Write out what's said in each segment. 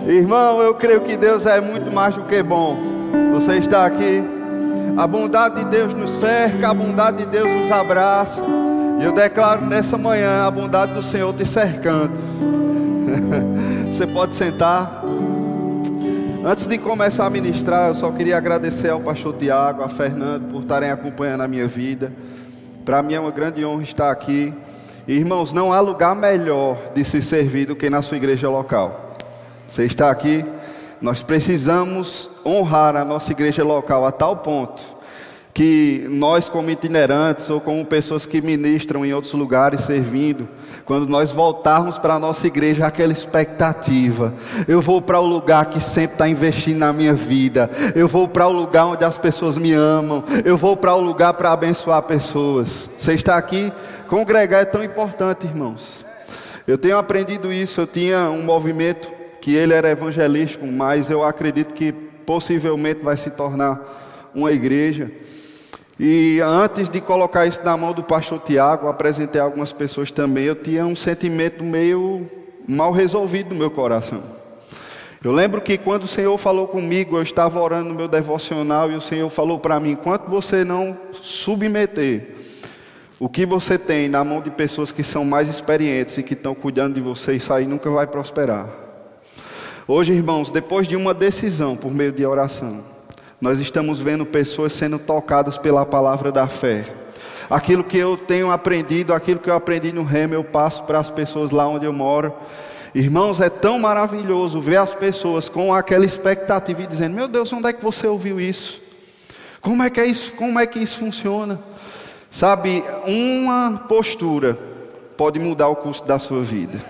Irmão, eu creio que Deus é muito mais do que bom. Você está aqui, a bondade de Deus nos cerca, a bondade de Deus nos abraça. E eu declaro nessa manhã a bondade do Senhor te cercando. Você pode sentar. Antes de começar a ministrar, eu só queria agradecer ao pastor Tiago, a Fernando, por estarem acompanhando a minha vida. Para mim é uma grande honra estar aqui. E, irmãos, não há lugar melhor de se servir do que na sua igreja local. Você está aqui, nós precisamos honrar a nossa igreja local a tal ponto que nós, como itinerantes ou como pessoas que ministram em outros lugares servindo, quando nós voltarmos para a nossa igreja, aquela expectativa: eu vou para o lugar que sempre está investindo na minha vida, eu vou para o lugar onde as pessoas me amam, eu vou para o lugar para abençoar pessoas. Você está aqui, congregar é tão importante, irmãos. Eu tenho aprendido isso. Eu tinha um movimento que ele era evangelístico, mas eu acredito que possivelmente vai se tornar uma igreja. E antes de colocar isso na mão do pastor Tiago, apresentei a algumas pessoas também. Eu tinha um sentimento meio mal resolvido no meu coração. Eu lembro que quando o Senhor falou comigo, eu estava orando no meu devocional, e o Senhor falou para mim: enquanto você não submeter o que você tem na mão de pessoas que são mais experientes e que estão cuidando de você, isso aí nunca vai prosperar. Hoje, irmãos, depois de uma decisão por meio de oração, nós estamos vendo pessoas sendo tocadas pela palavra da fé. Aquilo que eu tenho aprendido, aquilo que eu aprendi no Rema, eu passo para as pessoas lá onde eu moro. Irmãos, é tão maravilhoso ver as pessoas com aquela expectativa e dizendo: meu Deus, onde é que você ouviu isso? Como é que é isso? Como é que isso funciona? Sabe, uma postura pode mudar o curso da sua vida.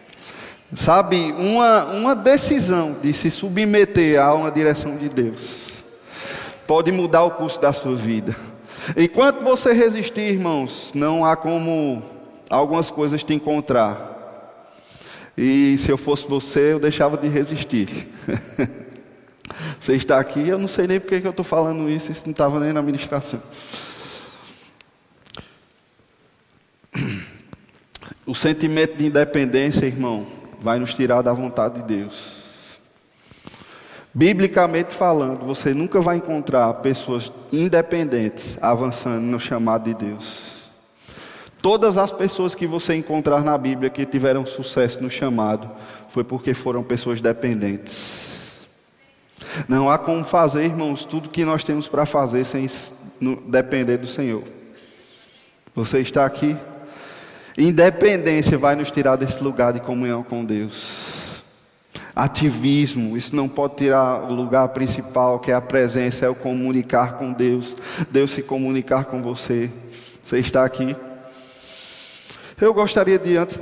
Sabe, uma decisão de se submeter a uma direção de Deus pode mudar o curso da sua vida. Enquanto você resistir, irmãos, não há como algumas coisas te encontrar. E se eu fosse você, eu deixava de resistir. Você está aqui, eu não sei nem porque que eu estou falando isso não estava nem na ministração. O sentimento de independência, irmão, vai nos tirar da vontade de Deus. Biblicamente falando, você nunca vai encontrar pessoas independentes avançando no chamado de Deus. Todas as pessoas que você encontrar na Bíblia que tiveram sucesso no chamado, foi porque foram pessoas dependentes. Não há como fazer, irmãos, tudo que nós temos para fazer sem depender do Senhor. Você está aqui? Independência vai nos tirar desse lugar de comunhão com Deus. Ativismo, isso não pode tirar o lugar principal, que é a presença, é o comunicar com Deus. Deus se comunicar com você. Você está aqui? Eu gostaria de antes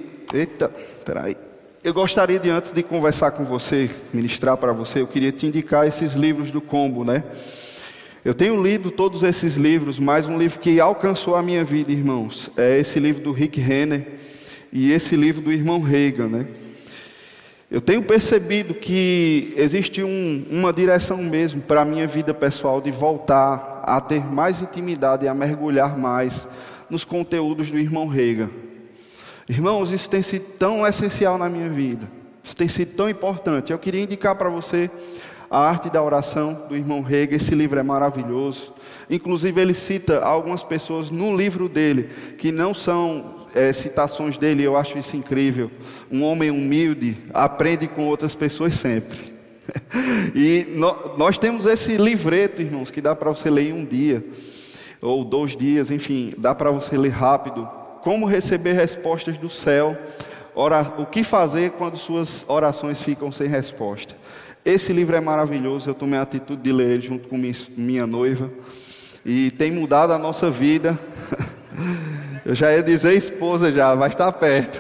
de conversar com você, ministrar para você, eu queria te indicar esses livros do combo, né? Eu tenho lido todos esses livros, mas um livro que alcançou a minha vida, irmãos, é esse livro do Rick Renner e esse livro do irmão Reagan, né? Eu tenho percebido que existe uma direção mesmo para a minha vida pessoal de voltar a ter mais intimidade e a mergulhar mais nos conteúdos do irmão Reagan. Irmãos, isso tem sido tão essencial na minha vida, isso tem sido tão importante. Eu queria indicar para você A Arte da Oração, do irmão Reagan. Esse livro é maravilhoso. Inclusive ele cita algumas pessoas no livro dele, que não são citações dele. Eu acho isso incrível. Um homem humilde aprende com outras pessoas sempre. E nós temos esse livreto, irmãos, que dá para você ler em um dia, ou 2 dias, enfim, dá para você ler rápido. Como receber respostas do céu, o que fazer quando suas orações ficam sem resposta. Esse livro é maravilhoso. Eu tomei a atitude de ler ele junto com minha noiva, e tem mudado a nossa vida. Eu já ia dizer esposa já, mas está perto.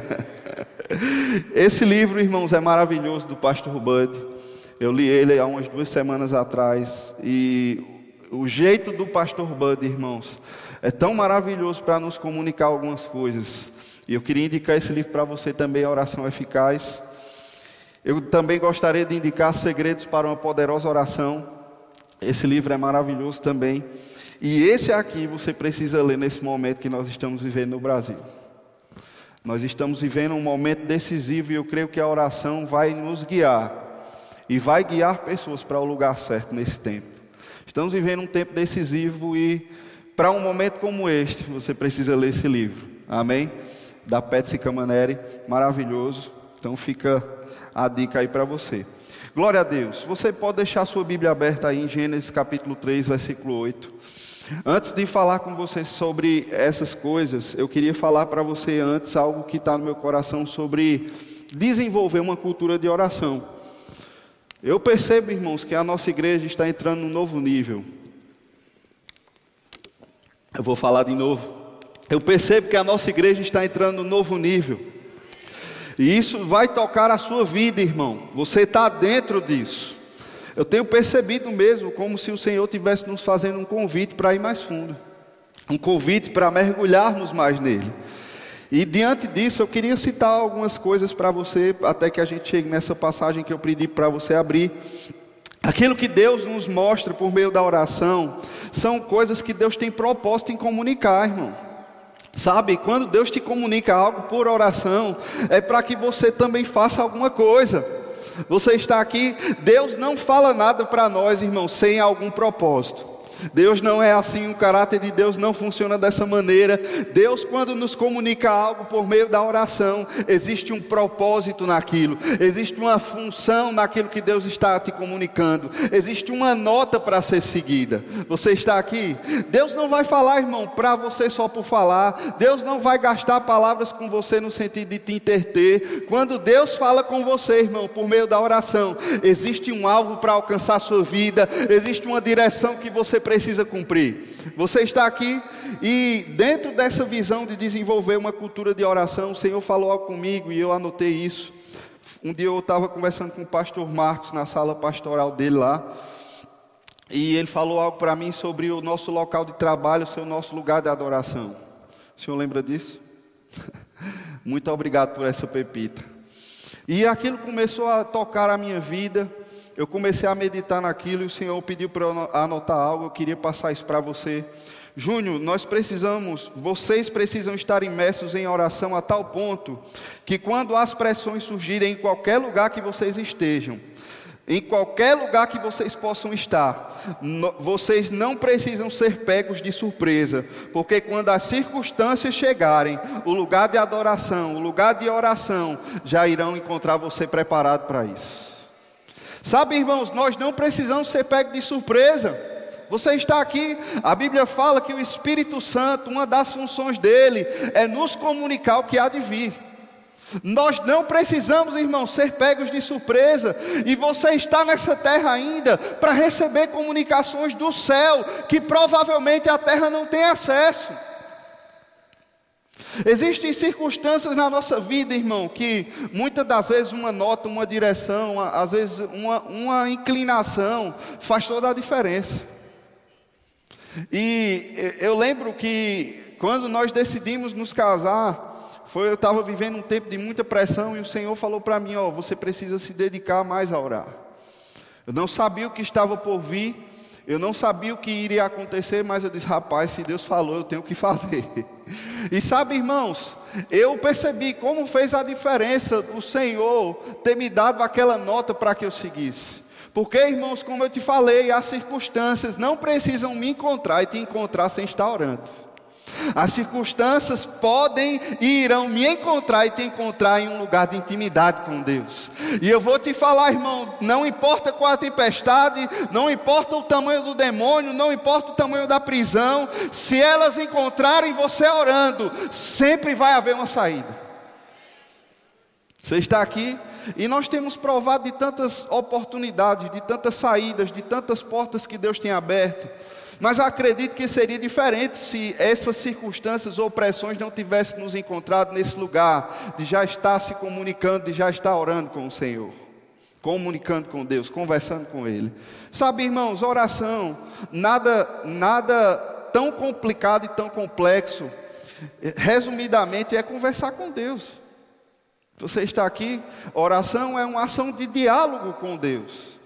Esse livro, irmãos, é maravilhoso, do pastor Bud. Eu li ele há umas 2 semanas atrás, e o jeito do pastor Bud, irmãos, é tão maravilhoso para nos comunicar algumas coisas. E eu queria indicar esse livro para você também, A Oração Eficaz. Eu também gostaria de indicar Segredos para uma Poderosa Oração. Esse livro é maravilhoso também. E esse aqui você precisa ler nesse momento que nós estamos vivendo no Brasil. Nós estamos vivendo um momento decisivo e eu creio que a oração vai nos guiar e vai guiar pessoas para o lugar certo nesse tempo. Estamos vivendo um tempo decisivo e para um momento como este, você precisa ler esse livro. Amém? Da Patsy Camaneri, maravilhoso. Então fica a dica aí para você. Glória a Deus. Você pode deixar a sua Bíblia aberta aí em Gênesis capítulo 3, versículo 8. Antes de falar com vocês sobre essas coisas, eu queria falar para você antes algo que está no meu coração sobre desenvolver uma cultura de oração. Eu percebo, irmãos, que a nossa igreja está entrando num novo nível. Eu vou falar de novo. Eu percebo que a nossa igreja está entrando num novo nível. E isso vai tocar a sua vida, irmão. Você está dentro disso. Eu tenho percebido mesmo como se o Senhor estivesse nos fazendo um convite para ir mais fundo. Um convite para mergulharmos mais nele. E diante disso eu queria citar algumas coisas para você, até que a gente chegue nessa passagem que eu pedi para você abrir. Aquilo que Deus nos mostra por meio da oração, são coisas que Deus tem propósito em comunicar, irmão. Sabe, quando Deus te comunica algo por oração, é para que você também faça alguma coisa. Você está aqui, Deus não fala nada para nós, irmão, sem algum propósito. Deus não é assim, o caráter de Deus não funciona dessa maneira. Deus, quando nos comunica algo por meio da oração, existe um propósito naquilo, existe uma função naquilo que Deus está te comunicando, existe uma nota para ser seguida. Você está aqui, Deus não vai falar, irmão, para você só por falar. Deus não vai gastar palavras com você no sentido de te entreter. Quando Deus fala com você, irmão, por meio da oração, existe um alvo para alcançar a sua vida, existe uma direção que você precisa cumprir. Você está aqui e dentro dessa visão de desenvolver uma cultura de oração, o Senhor falou algo comigo e eu anotei isso. Um dia eu estava conversando com o pastor Marcos na sala pastoral dele lá, e ele falou algo para mim sobre o nosso local de trabalho ser o nosso lugar de adoração. O senhor lembra disso? Muito obrigado por essa pepita. E aquilo começou a tocar a minha vida. Eu comecei a meditar naquilo e o Senhor pediu para eu anotar algo. Eu queria passar isso para você. Júnior, vocês precisam estar imersos em oração a tal ponto que quando as pressões surgirem em qualquer lugar que vocês estejam, em qualquer lugar que vocês possam estar, vocês não precisam ser pegos de surpresa, porque quando as circunstâncias chegarem, o lugar de adoração, o lugar de oração, já irão encontrar você preparado para isso. Sabe, irmãos, nós não precisamos ser pegos de surpresa. Você está aqui, a Bíblia fala que o Espírito Santo, uma das funções dele, é nos comunicar o que há de vir. Nós não precisamos, irmãos, ser pegos de surpresa. E você está nessa terra ainda para receber comunicações do céu, que provavelmente a terra não tem acesso. Existem circunstâncias na nossa vida, irmão, que muitas das vezes uma nota, uma direção, às vezes uma inclinação faz toda a diferença. E eu lembro que quando nós decidimos nos casar, eu estava vivendo um tempo de muita pressão e o Senhor falou para mim, você precisa se dedicar mais a orar. Eu não sabia o que estava por vir, eu não sabia o que iria acontecer, mas eu disse, rapaz, se Deus falou, eu tenho que fazer. E sabe, irmãos, eu percebi como fez a diferença o Senhor ter me dado aquela nota para que eu seguisse. Porque, irmãos, como eu te falei, as circunstâncias não precisam me encontrar e te encontrar sem estar orando. As circunstâncias podem e irão me encontrar e te encontrar em um lugar de intimidade com Deus. E eu vou te falar, irmão, não importa qual a tempestade, não importa o tamanho do demônio, não importa o tamanho da prisão, se elas encontrarem você orando, sempre vai haver uma saída. Você está aqui e nós temos provado de tantas oportunidades, de tantas saídas, de tantas portas que Deus tem aberto. Mas eu acredito que seria diferente se essas circunstâncias ou pressões não tivessem nos encontrado nesse lugar de já estar se comunicando, de já estar orando com o Senhor, comunicando com Deus, conversando com Ele. Sabe, irmãos, oração, nada tão complicado e tão complexo, resumidamente, é conversar com Deus. Você está aqui, oração é uma ação de diálogo com Deus.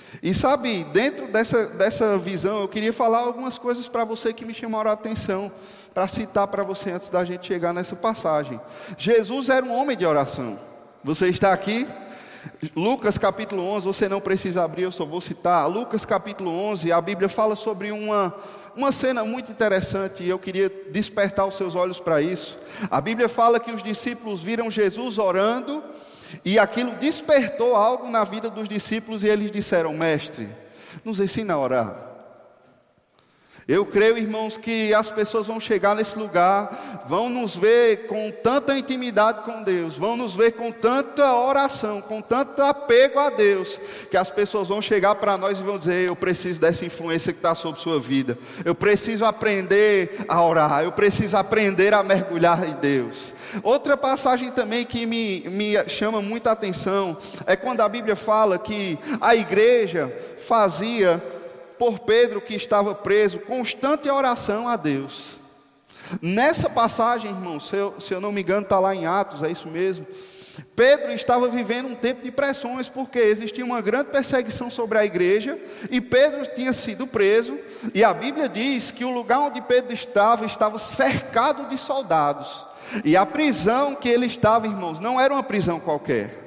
E sabe, dentro dessa visão, eu queria falar algumas coisas para você que me chamaram a atenção, para citar para você antes da gente chegar nessa passagem. Jesus era um homem de oração. Você está aqui? Lucas capítulo 11, você não precisa abrir, eu só vou citar. Lucas capítulo 11, a Bíblia fala sobre uma cena muito interessante, e eu queria despertar os seus olhos para isso. A Bíblia fala que os discípulos viram Jesus orando, e aquilo despertou algo na vida dos discípulos, e eles disseram: mestre, nos ensina a orar. Eu creio, irmãos, que as pessoas vão chegar nesse lugar, vão nos ver com tanta intimidade com Deus, vão nos ver com tanta oração, com tanto apego a Deus, que as pessoas vão chegar para nós e vão dizer: eu preciso dessa influência que está sobre sua vida, eu preciso aprender a orar, eu preciso aprender a mergulhar em Deus. Outra passagem também que me chama muita atenção, é quando a Bíblia fala que a igreja fazia, por Pedro que estava preso, constante oração a Deus. Nessa passagem, irmãos, se eu não me engano, está lá em Atos, é isso mesmo. Pedro estava vivendo um tempo de pressões, porque existia uma grande perseguição sobre a igreja, e Pedro tinha sido preso, e a Bíblia diz que o lugar onde Pedro estava cercado de soldados, e a prisão que ele estava, irmãos, não era uma prisão qualquer.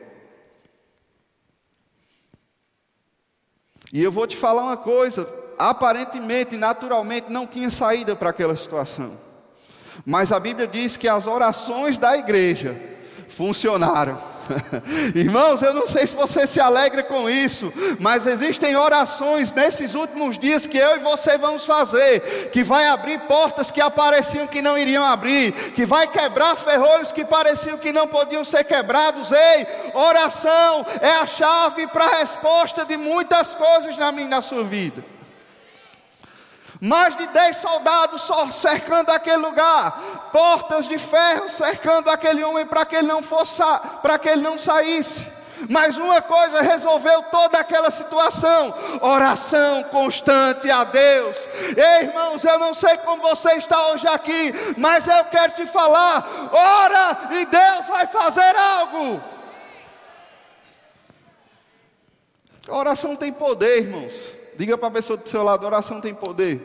E eu vou te falar uma coisa, aparentemente, naturalmente, não tinha saída para aquela situação. Mas a Bíblia diz que as orações da igreja funcionaram. Irmãos, eu não sei se você se alegra com isso, mas existem orações nesses últimos dias que eu e você vamos fazer, que vai abrir portas que apareciam que não iriam abrir, que vai quebrar ferrolhos que pareciam que não podiam ser quebrados. Ei, oração é a chave para a resposta de muitas coisas na minha e na sua vida. Mais de 10 soldados só cercando aquele lugar, portas de ferro cercando aquele homem para que ele não saísse. Mas uma coisa resolveu toda aquela situação: oração constante a Deus. Ei, irmãos, eu não sei como você está hoje aqui, mas eu quero te falar: ora e Deus vai fazer algo. A oração tem poder, irmãos. Diga para a pessoa do seu lado: oração tem poder.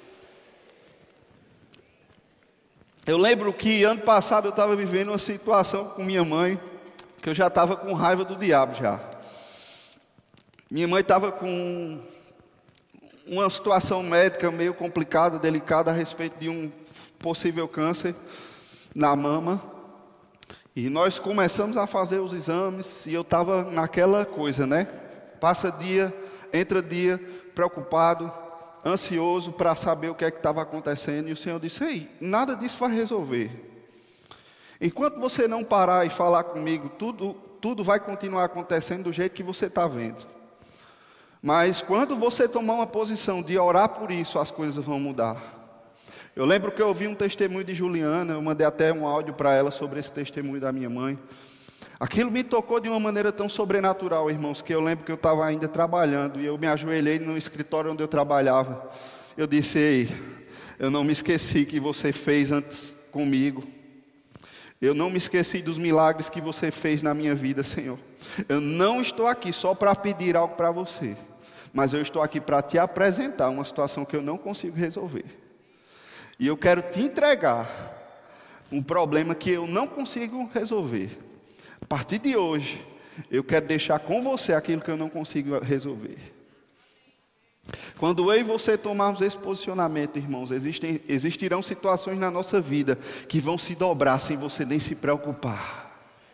Eu lembro que ano passado eu estava vivendo uma situação com minha mãe, que eu já estava com raiva do diabo já. Minha mãe estava com uma situação médica meio complicada, delicada, a respeito de um possível câncer na mama. E nós começamos a fazer os exames, e eu estava naquela coisa, né? Passa dia, entra dia, preocupado, ansioso para saber o que é que estava acontecendo. E o Senhor disse: ei, nada disso vai resolver. Enquanto você não parar e falar comigo, tudo vai continuar acontecendo do jeito que você está vendo. Mas quando você tomar uma posição de orar por isso, as coisas vão mudar. Eu lembro que eu ouvi um testemunho de Juliana, eu mandei até um áudio para ela sobre esse testemunho da minha mãe. Aquilo me tocou de uma maneira tão sobrenatural, irmãos, que eu lembro que eu estava ainda trabalhando, e eu me ajoelhei no escritório onde eu trabalhava. Eu disse: ei, eu não me esqueci que você fez antes comigo. Eu não me esqueci dos milagres que você fez na minha vida, Senhor. Eu não estou aqui só para pedir algo para você, mas eu estou aqui para te apresentar uma situação que eu não consigo resolver. E eu quero te entregar um problema que eu não consigo resolver. A partir de hoje, eu quero deixar com você aquilo que eu não consigo resolver. Quando eu e você tomarmos esse posicionamento, irmãos, existirão situações na nossa vida que vão se dobrar sem você nem se preocupar.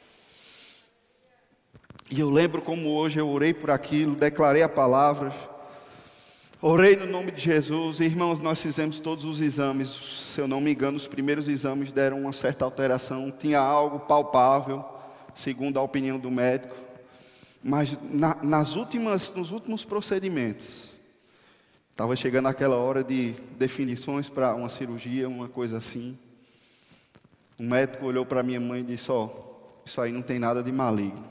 E eu lembro como hoje eu orei por aquilo, declarei a palavra, orei no nome de Jesus. E, irmãos, nós fizemos todos os exames. Se eu não me engano, os primeiros exames deram uma certa alteração, tinha algo palpável, segundo a opinião do médico. Mas nos últimos procedimentos, estava chegando aquela hora de definições para uma cirurgia, uma coisa assim. O médico olhou para minha mãe e disse: ó, isso aí não tem nada de maligno.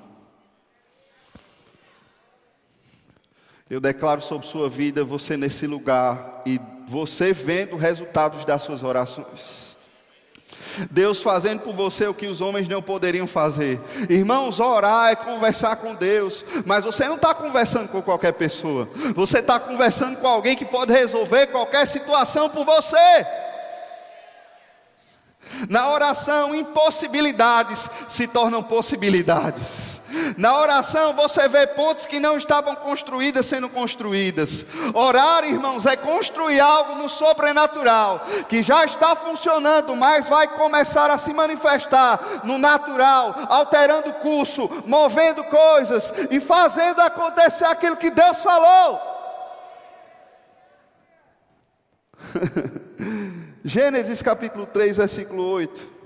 Eu declaro sobre sua vida, você nesse lugar, e você vendo resultados das suas orações. Deus fazendo por você o que os homens não poderiam fazer. Irmãos, orar é conversar com Deus, mas você não está conversando com qualquer pessoa. Você está conversando com alguém que pode resolver qualquer situação por você. Na oração, impossibilidades se tornam possibilidades. Na oração você vê pontes que não estavam construídas sendo construídas. Orar, irmãos, é construir algo no sobrenatural, que já está funcionando, mas vai começar a se manifestar no natural, alterando o curso, movendo coisas e fazendo acontecer aquilo que Deus falou. Gênesis capítulo 3, versículo 8.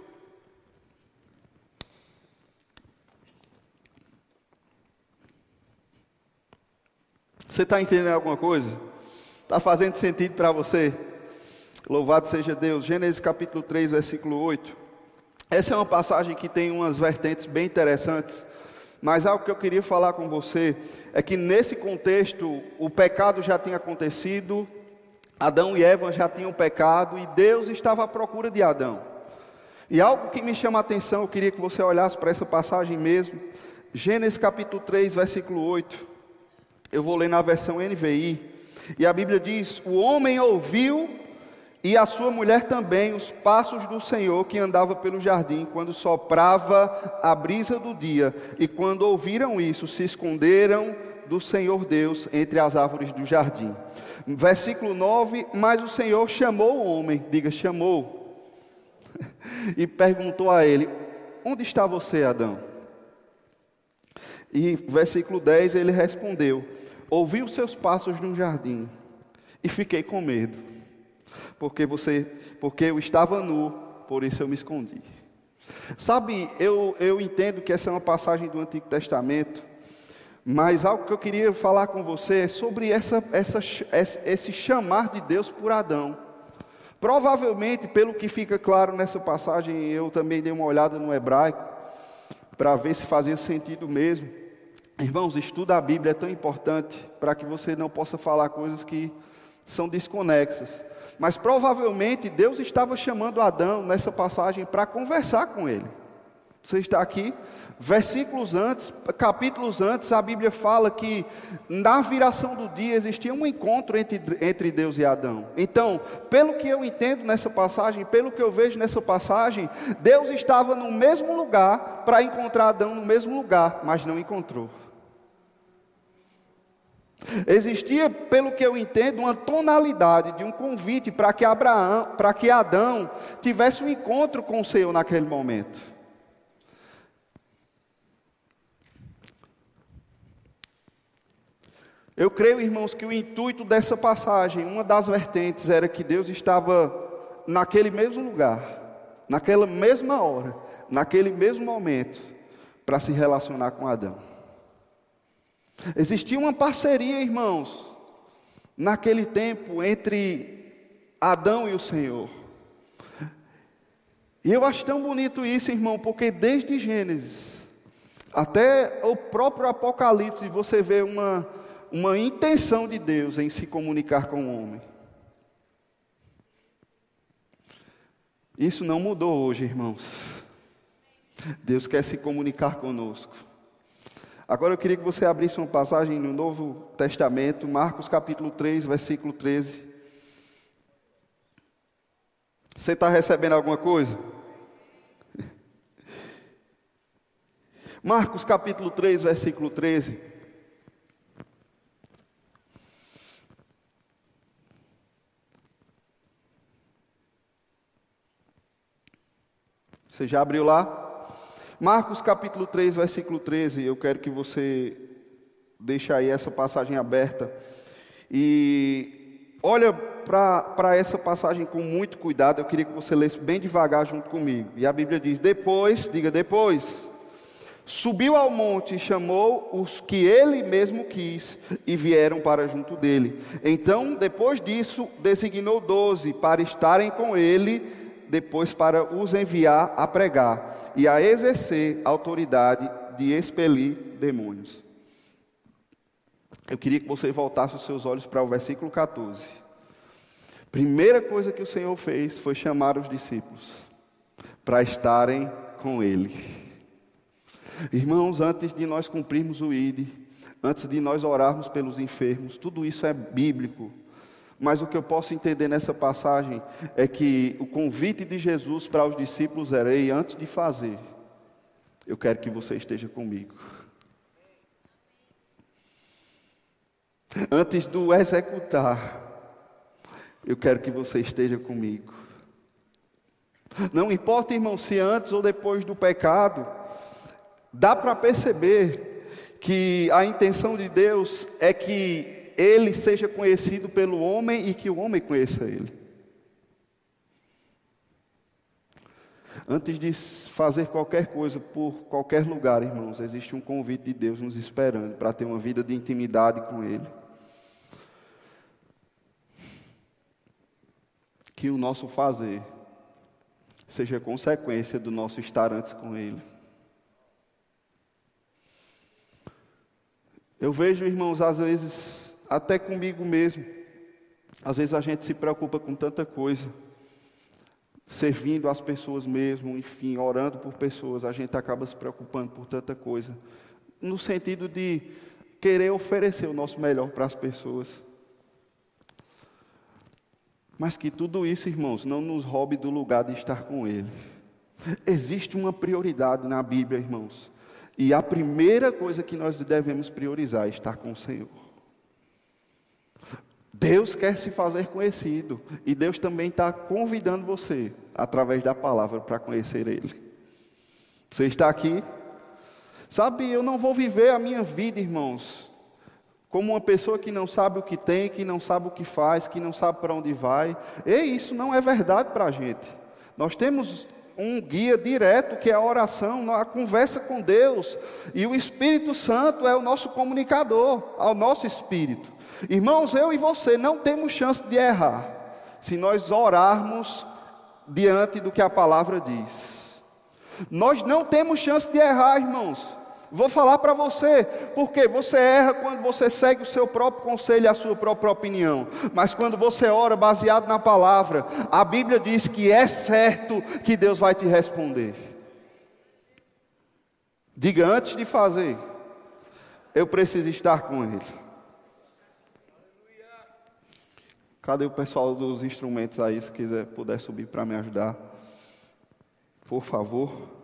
Você está entendendo alguma coisa? Está fazendo sentido para você? Louvado seja Deus. Gênesis capítulo 3, versículo 8. Essa é uma passagem que tem umas vertentes bem interessantes, mas algo que eu queria falar com você é que nesse contexto o pecado já tinha acontecido, Adão e Eva já tinham pecado e Deus estava à procura de Adão. E algo que me chama a atenção, eu queria que você olhasse para essa passagem mesmo. Gênesis capítulo 3, versículo 8. Eu vou ler na versão NVI. E a Bíblia diz: o homem ouviu, e a sua mulher também, os passos do Senhor que andava pelo jardim, quando soprava a brisa do dia. E quando ouviram isso, se esconderam do Senhor Deus entre as árvores do jardim. Versículo 9: mas o Senhor chamou o homem, diga chamou, e perguntou a ele: onde está você, Adão? E versículo 10, ele respondeu: ouvi os seus passos no jardim e fiquei com medo, porque eu estava nu, por isso eu me escondi. Sabe, eu entendo que essa é uma passagem do Antigo Testamento, mas algo que eu queria falar com você é sobre esse chamar de Deus por Adão. Provavelmente, pelo que fica claro nessa passagem, eu também dei uma olhada no hebraico, para ver se fazia sentido mesmo. Irmãos, estudo a Bíblia é tão importante para que você não possa falar coisas que são desconexas. Mas provavelmente Deus estava chamando Adão nessa passagem para conversar com ele. Você está aqui? Versículos antes, capítulos antes, a Bíblia fala que na viração do dia existia um encontro entre Deus e Adão. Então, pelo que eu entendo nessa passagem, pelo que eu vejo nessa passagem, Deus estava no mesmo lugar para encontrar Adão no mesmo lugar, mas não encontrou. Existia, pelo que eu entendo, uma tonalidade de um convite para que Adão tivesse um encontro com o Senhor naquele momento. Eu creio, irmãos, que o intuito dessa passagem, uma das vertentes, era que Deus estava naquele mesmo lugar, naquela mesma hora, naquele mesmo momento, para se relacionar com Adão. Existia uma parceria, irmãos, naquele tempo, entre Adão e o Senhor. E eu acho tão bonito isso, irmão, porque desde Gênesis até o próprio Apocalipse, você vê uma intenção de Deus em se comunicar com o homem. Isso não mudou hoje, irmãos. Deus quer se comunicar conosco. Agora eu queria que você abrisse uma passagem no Novo Testamento, Marcos capítulo 3, versículo 13. Você está recebendo alguma coisa? Marcos capítulo 3, versículo 13. Você já abriu lá? Marcos capítulo 3, versículo 13, eu quero que você deixe aí essa passagem aberta. E olha para essa passagem com muito cuidado, eu queria que você lesse bem devagar junto comigo. E a Bíblia diz: depois, diga depois, subiu ao monte e chamou os que ele mesmo quis e vieram para junto dele. Então, depois disso, designou 12 para estarem com ele, depois para os enviar a pregar e a exercer a autoridade de expelir demônios. Eu queria que você voltasse os seus olhos para o versículo 14. Primeira coisa que o Senhor fez foi chamar os discípulos. para estarem com Ele. Irmãos, antes de nós cumprirmos o ID, antes de nós orarmos pelos enfermos, tudo isso é bíblico. Mas o que eu posso entender nessa passagem é que o convite de Jesus para os discípulos era: ei, antes de fazer, eu quero que você esteja comigo. Antes do executar, eu quero que você esteja comigo. Não importa, irmão, se antes ou depois do pecado, dá para perceber que a intenção de Deus é que Ele seja conhecido pelo homem e que o homem conheça Ele. Antes de fazer qualquer coisa por qualquer lugar, irmãos, existe um convite de Deus nos esperando para ter uma vida de intimidade com Ele. Que o nosso fazer seja consequência do nosso estar antes com Ele. Eu vejo, irmãos, às vezes, até comigo mesmo, às vezes a gente se preocupa com tanta coisa, servindo as pessoas mesmo, enfim, orando por pessoas, a gente acaba se preocupando por tanta coisa, no sentido de querer oferecer o nosso melhor para as pessoas. Mas que tudo isso, irmãos, não nos roube do lugar de estar com Ele. Existe uma prioridade na Bíblia, irmãos. E a primeira coisa que nós devemos priorizar é estar com o Senhor. Deus quer se fazer conhecido. E Deus também está convidando você, através da palavra, para conhecer Ele. Você está aqui? Sabe, eu não vou viver a minha vida, irmãos, como uma pessoa que não sabe o que tem, que não sabe o que faz, que não sabe para onde vai. E isso não é verdade para a gente. Nós temos um guia direto, que é a oração, a conversa com Deus. E o Espírito Santo é o nosso comunicador ao nosso espírito. Irmãos, eu e você não temos chance de errar, se nós orarmos diante do que a palavra diz. Nós não temos chance de errar, irmãos. Vou falar para você, porque você erra quando você segue o seu próprio conselho e a sua própria opinião. Mas quando você ora baseado na palavra, a Bíblia diz que é certo que Deus vai te responder. Diga: antes de fazer, eu preciso estar com Ele. Cadê o pessoal dos instrumentos aí, se puder subir para me ajudar? Por favor.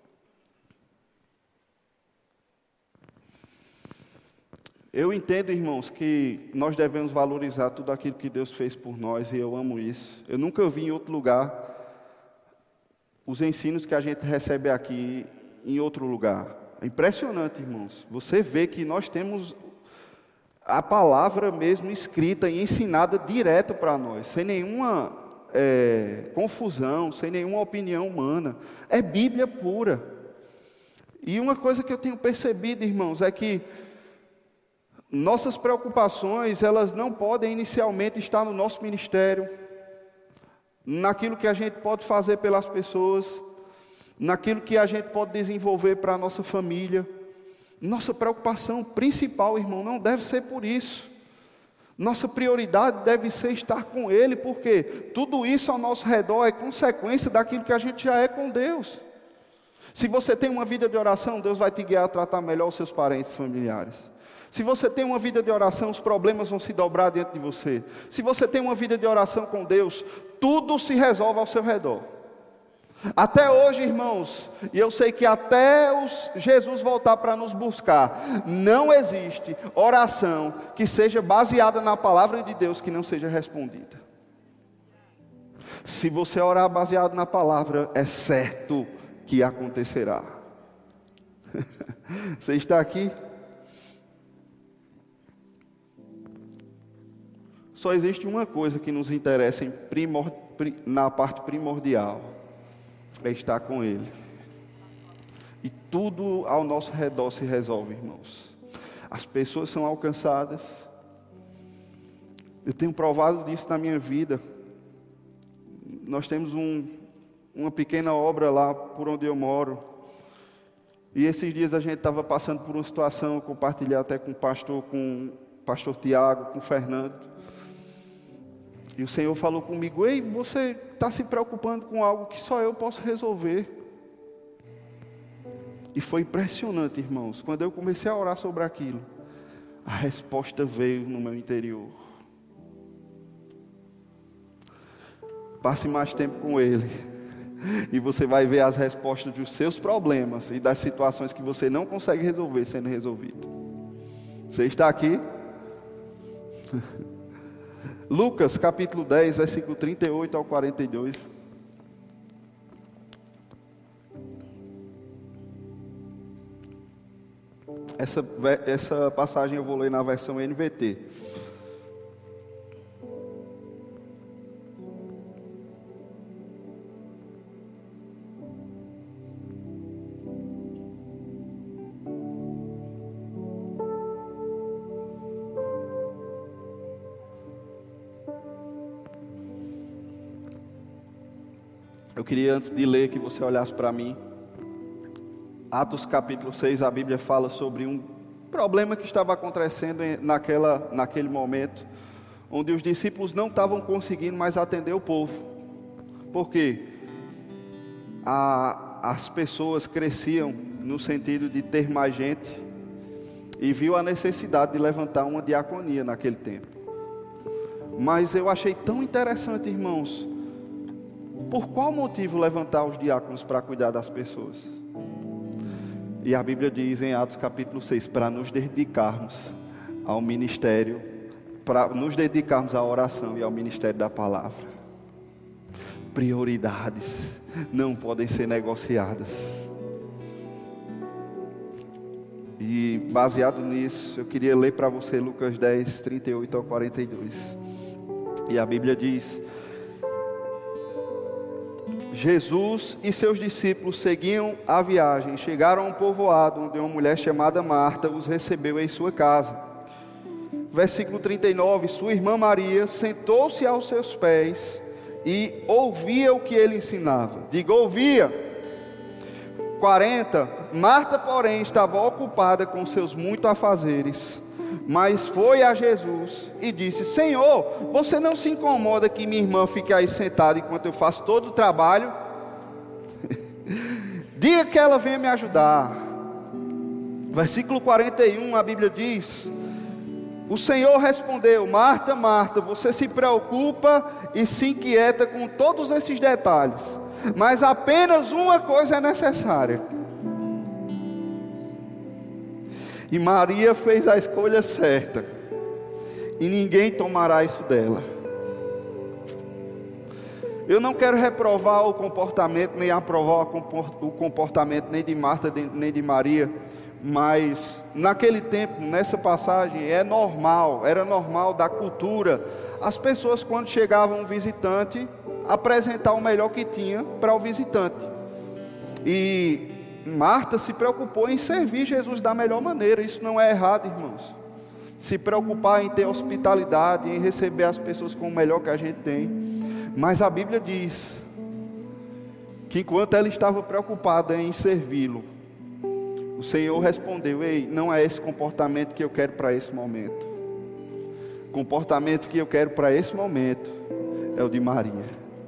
Eu entendo, irmãos, que nós devemos valorizar tudo aquilo que Deus fez por nós, e eu amo isso. Eu nunca vi em outro lugar os ensinos que a gente recebe aqui em outro lugar. É impressionante, irmãos. Você vê que nós temos a palavra mesmo escrita e ensinada direto para nós, sem nenhuma confusão, sem nenhuma opinião humana. É Bíblia pura. E uma coisa que eu tenho percebido, irmãos, é que nossas preocupações, elas não podem inicialmente estar no nosso ministério, naquilo que a gente pode fazer pelas pessoas, naquilo que a gente pode desenvolver para a nossa família. Nossa preocupação principal, irmão, não deve ser por isso. Nossa prioridade deve ser estar com Ele, porque tudo isso ao nosso redor é consequência daquilo que a gente já é com Deus. Se você tem uma vida de oração, Deus vai te guiar a tratar melhor os seus parentes familiares. Se você tem uma vida de oração, os problemas vão se dobrar diante de você. Se você tem uma vida de oração com Deus, tudo se resolve ao seu redor. Até hoje, irmãos, e eu sei que até Jesus voltar para nos buscar, não existe oração que seja baseada na palavra de Deus que não seja respondida. Se você orar baseado na palavra, é certo que acontecerá. Você está aqui? Só existe uma coisa que nos interessa na parte primordial, é estar com Ele. E tudo ao nosso redor se resolve, irmãos. As pessoas são alcançadas. Eu tenho provado disso na minha vida. Nós temos uma pequena obra lá por onde eu moro. E esses dias a gente estava passando por uma situação, eu compartilhei até com o pastor Tiago, com o Fernando. E o Senhor falou comigo: ei, você está se preocupando com algo que só eu posso resolver. E foi impressionante, irmãos, quando eu comecei a orar sobre aquilo, a resposta veio no meu interior. Passe mais tempo com Ele, e você vai ver as respostas dos seus problemas e das situações que você não consegue resolver sendo resolvido. Você está aqui? Lucas capítulo 10, versículo 38 ao 42. Essa passagem eu vou ler na versão NVT. Eu queria, antes de ler, que você olhasse para mim. Atos capítulo 6, a Bíblia fala sobre um problema que estava acontecendo naquele momento, onde os discípulos não estavam conseguindo mais atender o povo. Por quê? As pessoas cresciam no sentido de ter mais gente, e viu a necessidade de levantar uma diaconia naquele tempo. Mas eu achei tão interessante, irmãos, por qual motivo levantar os diáconos para cuidar das pessoas? E a Bíblia diz em Atos capítulo 6, para nos dedicarmos ao ministério, para nos dedicarmos à oração e ao ministério da palavra. Prioridades não podem ser negociadas. E baseado nisso, eu queria ler para você Lucas 10, 38 ao 42. E a Bíblia diz: Jesus e seus discípulos seguiam a viagem. Chegaram a um povoado onde uma mulher chamada Marta os recebeu em sua casa. Versículo 39, sua irmã Maria sentou-se aos seus pés e ouvia o que ele ensinava. Diga, ouvia. 40, Marta, porém, estava ocupada com seus muitos afazeres, mas foi a Jesus e disse: Senhor, você não se incomoda que minha irmã fique aí sentada enquanto eu faço todo o trabalho? Diga que ela venha me ajudar. Versículo 41, a Bíblia diz: o Senhor respondeu: Marta, Marta, você se preocupa e se inquieta com todos esses detalhes, mas apenas uma coisa é necessária. E Maria fez a escolha certa, e ninguém tomará isso dela. Eu não quero reprovar o comportamento, nem aprovar o comportamento nem de Marta, nem de Maria, mas naquele tempo, nessa passagem, era normal da cultura, as pessoas, quando chegava um visitante, apresentar o melhor que tinha para o visitante. E Marta se preocupou em servir Jesus da melhor maneira. Isso não é errado, irmãos. Se preocupar em ter hospitalidade, em receber as pessoas com o melhor que a gente tem. Mas a Bíblia diz que enquanto ela estava preocupada em servi-lo, o Senhor respondeu: ei, não é esse comportamento que eu quero para esse momento. O comportamento que eu quero para esse momento é o de Maria.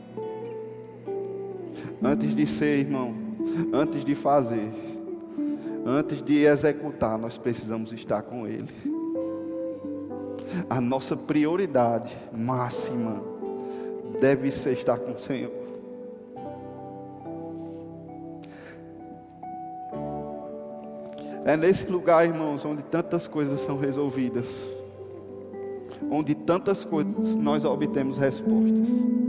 Antes de ser, irmão, antes de fazer, antes de executar, nós precisamos estar com Ele. A nossa prioridade máxima deve ser estar com o Senhor. É nesse lugar, irmãos, onde tantas coisas são resolvidas, onde tantas coisas nós obtemos respostas.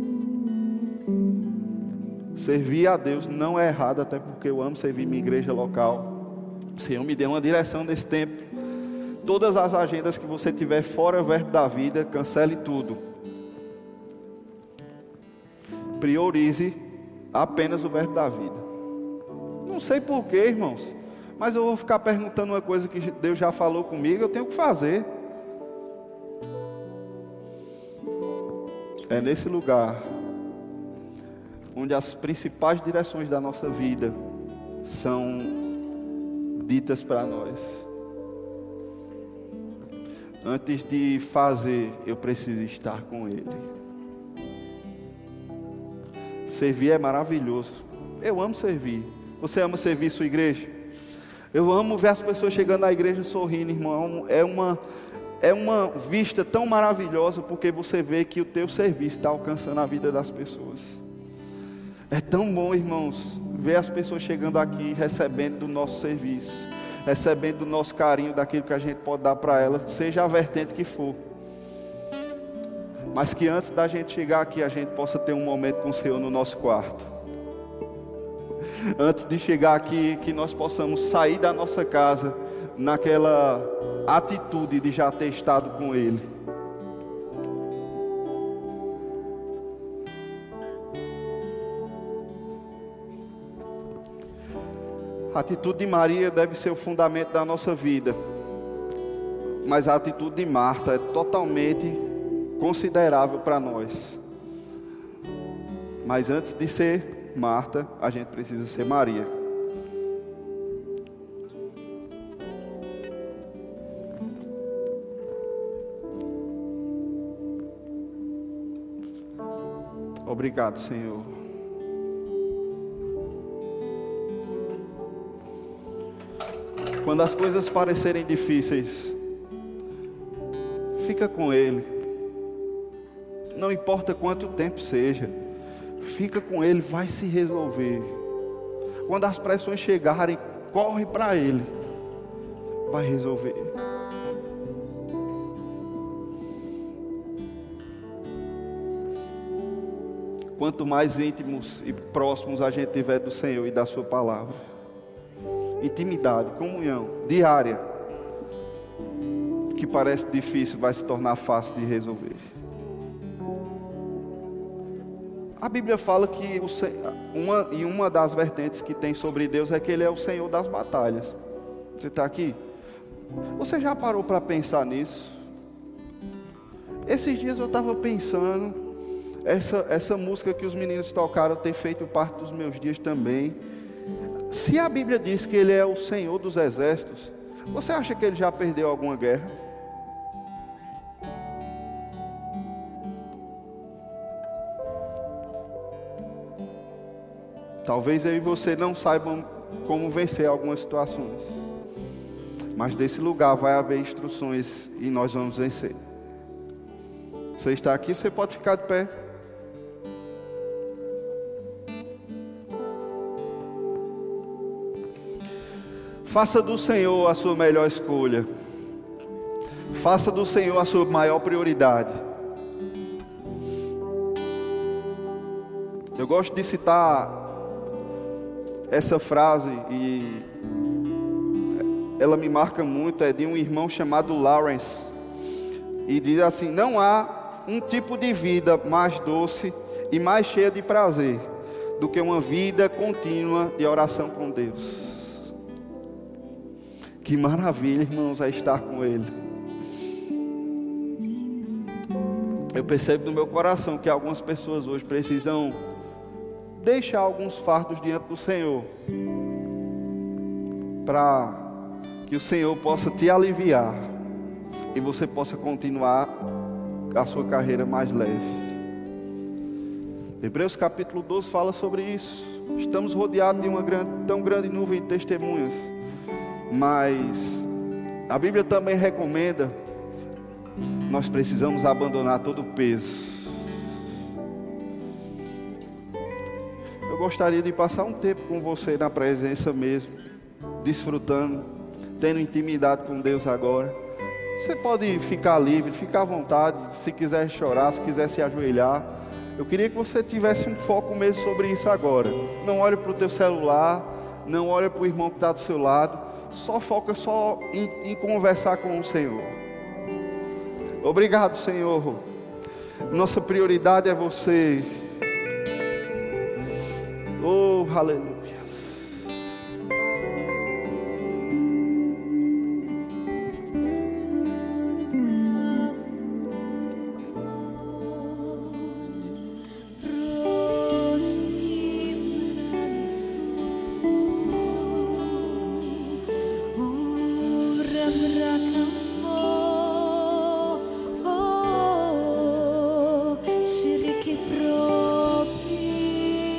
Servir a Deus não é errado, até porque eu amo servir minha igreja local. O Senhor me deu uma direção nesse tempo. Todas as agendas que você tiver fora o verbo da vida, cancele tudo. Priorize apenas o verbo da vida. Não sei porquê, irmãos, mas eu vou ficar perguntando uma coisa que Deus já falou comigo, eu tenho que fazer. É nesse lugar onde as principais direções da nossa vida são ditas para nós. Antes de fazer, eu preciso estar com Ele. Servir é maravilhoso. Eu amo servir. Você ama servir sua igreja? Eu amo ver as pessoas chegando na igreja sorrindo, irmão. É uma vista tão maravilhosa, porque você vê que o teu serviço está alcançando a vida das pessoas. É tão bom, irmãos, ver as pessoas chegando aqui, recebendo do nosso serviço, recebendo do nosso carinho, daquilo que a gente pode dar para elas, seja a vertente que for. Mas que antes da gente chegar aqui, a gente possa ter um momento com o Senhor no nosso quarto. Antes de chegar aqui, que nós possamos sair da nossa casa naquela atitude de já ter estado com Ele. A atitude de Maria deve ser o fundamento da nossa vida, mas a atitude de Marta é totalmente considerável para nós. Mas antes de ser Marta, a gente precisa ser Maria. Obrigado, Senhor. Quando as coisas parecerem difíceis, fica com Ele. Não importa quanto tempo seja, fica com Ele, vai se resolver. Quando as pressões chegarem, corre para Ele, vai resolver. Quanto mais íntimos e próximos a gente tiver do Senhor e da sua palavra, intimidade, comunhão diária, que parece difícil, vai se tornar fácil de resolver. A Bíblia fala que uma das vertentes que tem sobre Deus é que Ele é o Senhor das batalhas. Você está aqui? Você já parou para pensar nisso? Esses dias eu estava pensando, essa música que os meninos tocaram tem feito parte dos meus dias também. Se a Bíblia diz que Ele é o Senhor dos exércitos, você acha que Ele já perdeu alguma guerra? Talvez eu e você não saibam como vencer algumas situações, mas desse lugar vai haver instruções e nós vamos vencer. Você está aqui, você pode ficar de pé. Faça do Senhor a sua melhor escolha. Faça do Senhor a sua maior prioridade. Eu gosto de citar essa frase e ela me marca muito. É de um irmão chamado Lawrence, e diz assim: não há um tipo de vida mais doce e mais cheia de prazer do que uma vida contínua de oração com Deus. Que maravilha, irmãos, é estar com Ele. Eu percebo no meu coração que algumas pessoas hoje precisam deixar alguns fardos diante do Senhor, para que o Senhor possa te aliviar e você possa continuar a sua carreira mais leve. Hebreus capítulo 12 fala sobre isso. Estamos rodeados de uma tão grande nuvem de testemunhas, mas a Bíblia também recomenda, nós precisamos abandonar todo o peso. Eu gostaria de passar um tempo com você na presença mesmo, desfrutando, tendo intimidade com Deus agora. Você pode ficar livre, ficar à vontade, se quiser chorar, se quiser se ajoelhar. Eu queria que você tivesse um foco mesmo sobre isso agora. Não olhe para o teu celular, não olhe para o irmão que está do seu lado, só foca em conversar com o Senhor. Obrigado, Senhor. Nossa prioridade é você. Oh, aleluia. Shiriki propi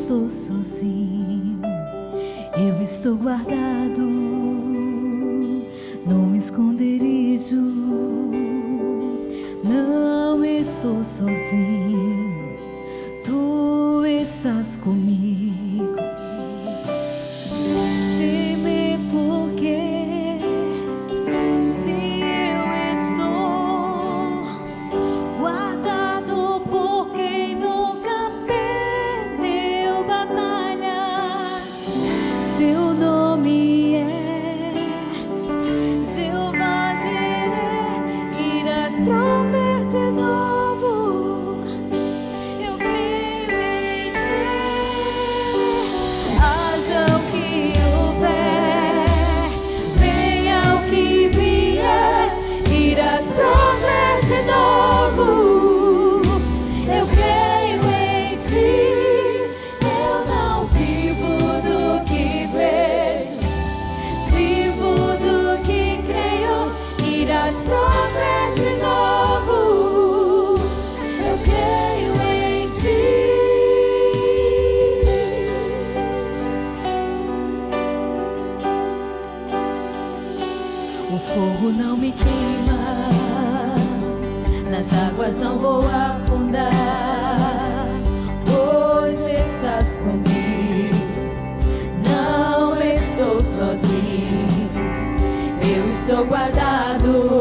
estou sozinho, eu estou guardado num esconderijo. Não estou sozinho, tu estás comigo. Temer porque se eu estou guardado por quem nunca perdeu batalhas, seu nome é Jeová Jireh, irás prover de novo. Eu creio em ti. Haja o que houver, venha o que vier, irás prover de novo. Eu creio em ti. Eu não vivo do que vejo, vivo do que creio, irás prover de novo. Eu creio em ti. O fogo não me queima, nas águas não vou afundar, pois estás comigo. Não estou sozinho, eu estou guardado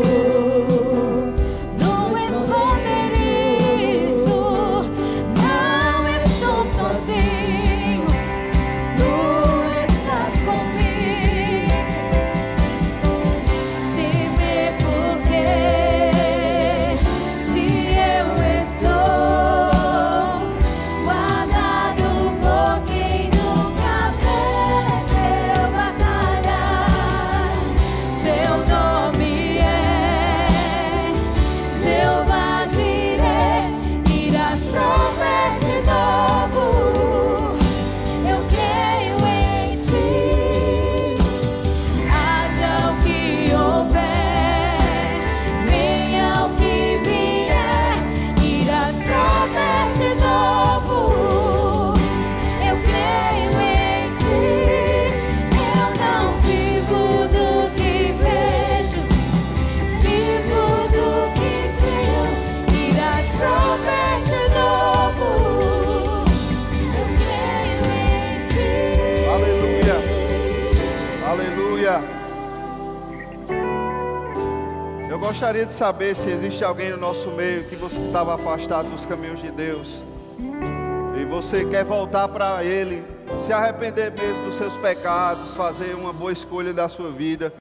no esconderijo. Não estou sozinho, tu estás comigo. Temer porque se eu estou guardado por quem nunca perdeu batalhas, seu nome é Jeová Jireh, irás prover de novo. Eu creio em ti. Haja o que houver, venha o que vier, irás prover de novo. Eu creio em ti. Eu não vivo do que vejo, vivo do que creio, irás prover de novo. Eu creio em ti. Aleluia. Aleluia. Eu gostaria de saber se existe alguém no nosso meio que você estava afastado dos caminhos de Deus e você quer voltar para Ele, se arrepender mesmo dos seus pecados, fazer uma boa escolha da sua vida.